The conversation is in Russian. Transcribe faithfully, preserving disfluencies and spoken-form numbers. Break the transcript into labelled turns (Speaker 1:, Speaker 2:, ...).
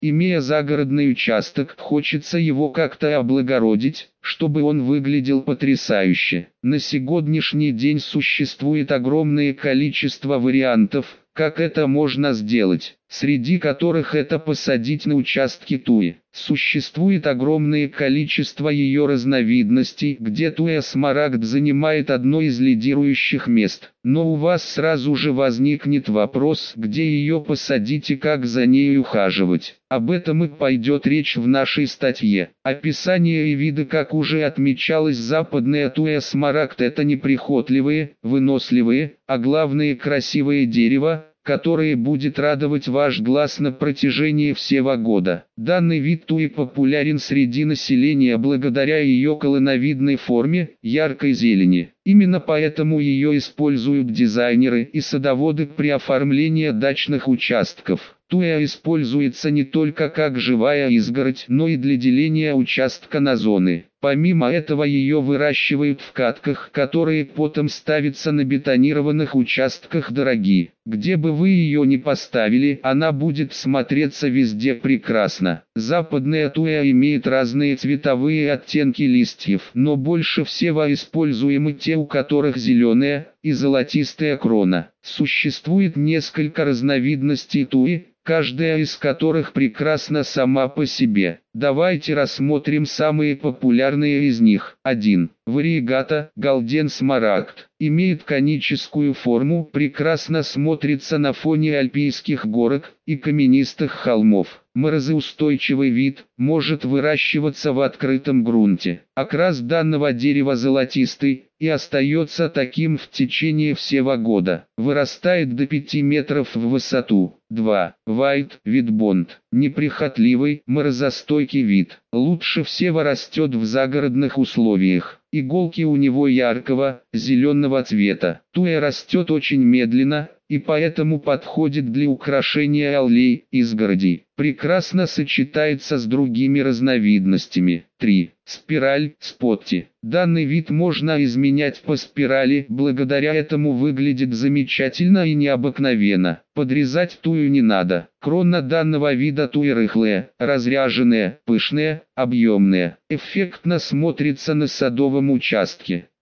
Speaker 1: Имея загородный участок, хочется его как-то облагородить, чтобы он выглядел потрясающе. На сегодняшний день существует огромное количество вариантов, как это можно сделать, среди которых это посадить на участке туи. Существует огромное количество ее разновидностей, где туя-смарагд занимает одно из лидирующих мест. Но у вас сразу же возникнет вопрос, где ее посадить и как за ней ухаживать. Об этом и пойдет речь в нашей статье. Описание и виды, как уже отмечалось, западная туя-смарагд — это неприхотливые, выносливые, а главное красивое дерево, которое будет радовать ваш глаз на протяжении всего года. Данный вид туи популярен среди населения благодаря ее колоновидной форме, яркой зелени. Именно поэтому ее используют дизайнеры и садоводы при оформлении дачных участков. Туя используется не только как живая изгородь, но и для деления участка на зоны. Помимо этого ее выращивают в катках, которые потом ставятся на бетонированных участках дороги. Где бы вы ее ни поставили, она будет смотреться везде прекрасно. Западная туя имеет разные цветовые оттенки листьев, но больше всего используемы те, у которых зеленая и золотистая крона. Существует несколько разновидностей туи, каждая из которых прекрасна сама по себе. Давайте рассмотрим самые популярные из них. один. Вариегата Голден Смарагд. Имеет коническую форму, прекрасно смотрится на фоне альпийских горок и каменистых холмов. Морозоустойчивый вид, может выращиваться в открытом грунте. Окрас данного дерева золотистый и остается таким в течение всего года. Вырастает до пяти метров в высоту. два. White Wheatbond. Неприхотливый, морозостойкий вид. Лучше всего растет в загородных условиях. Иголки у него яркого, зеленого цвета. Туя растет очень медленно, и поэтому подходит для украшения аллей, изгородей. Прекрасно сочетается с другими разновидностями. три. Спираль Спотти. Данный вид можно изменять по спирали, благодаря этому выглядит замечательно и необыкновенно. Подрезать тую не надо. Крона данного вида туи рыхлая, разряженная, пышная, объемная. Эффектно смотрится на садовом участке.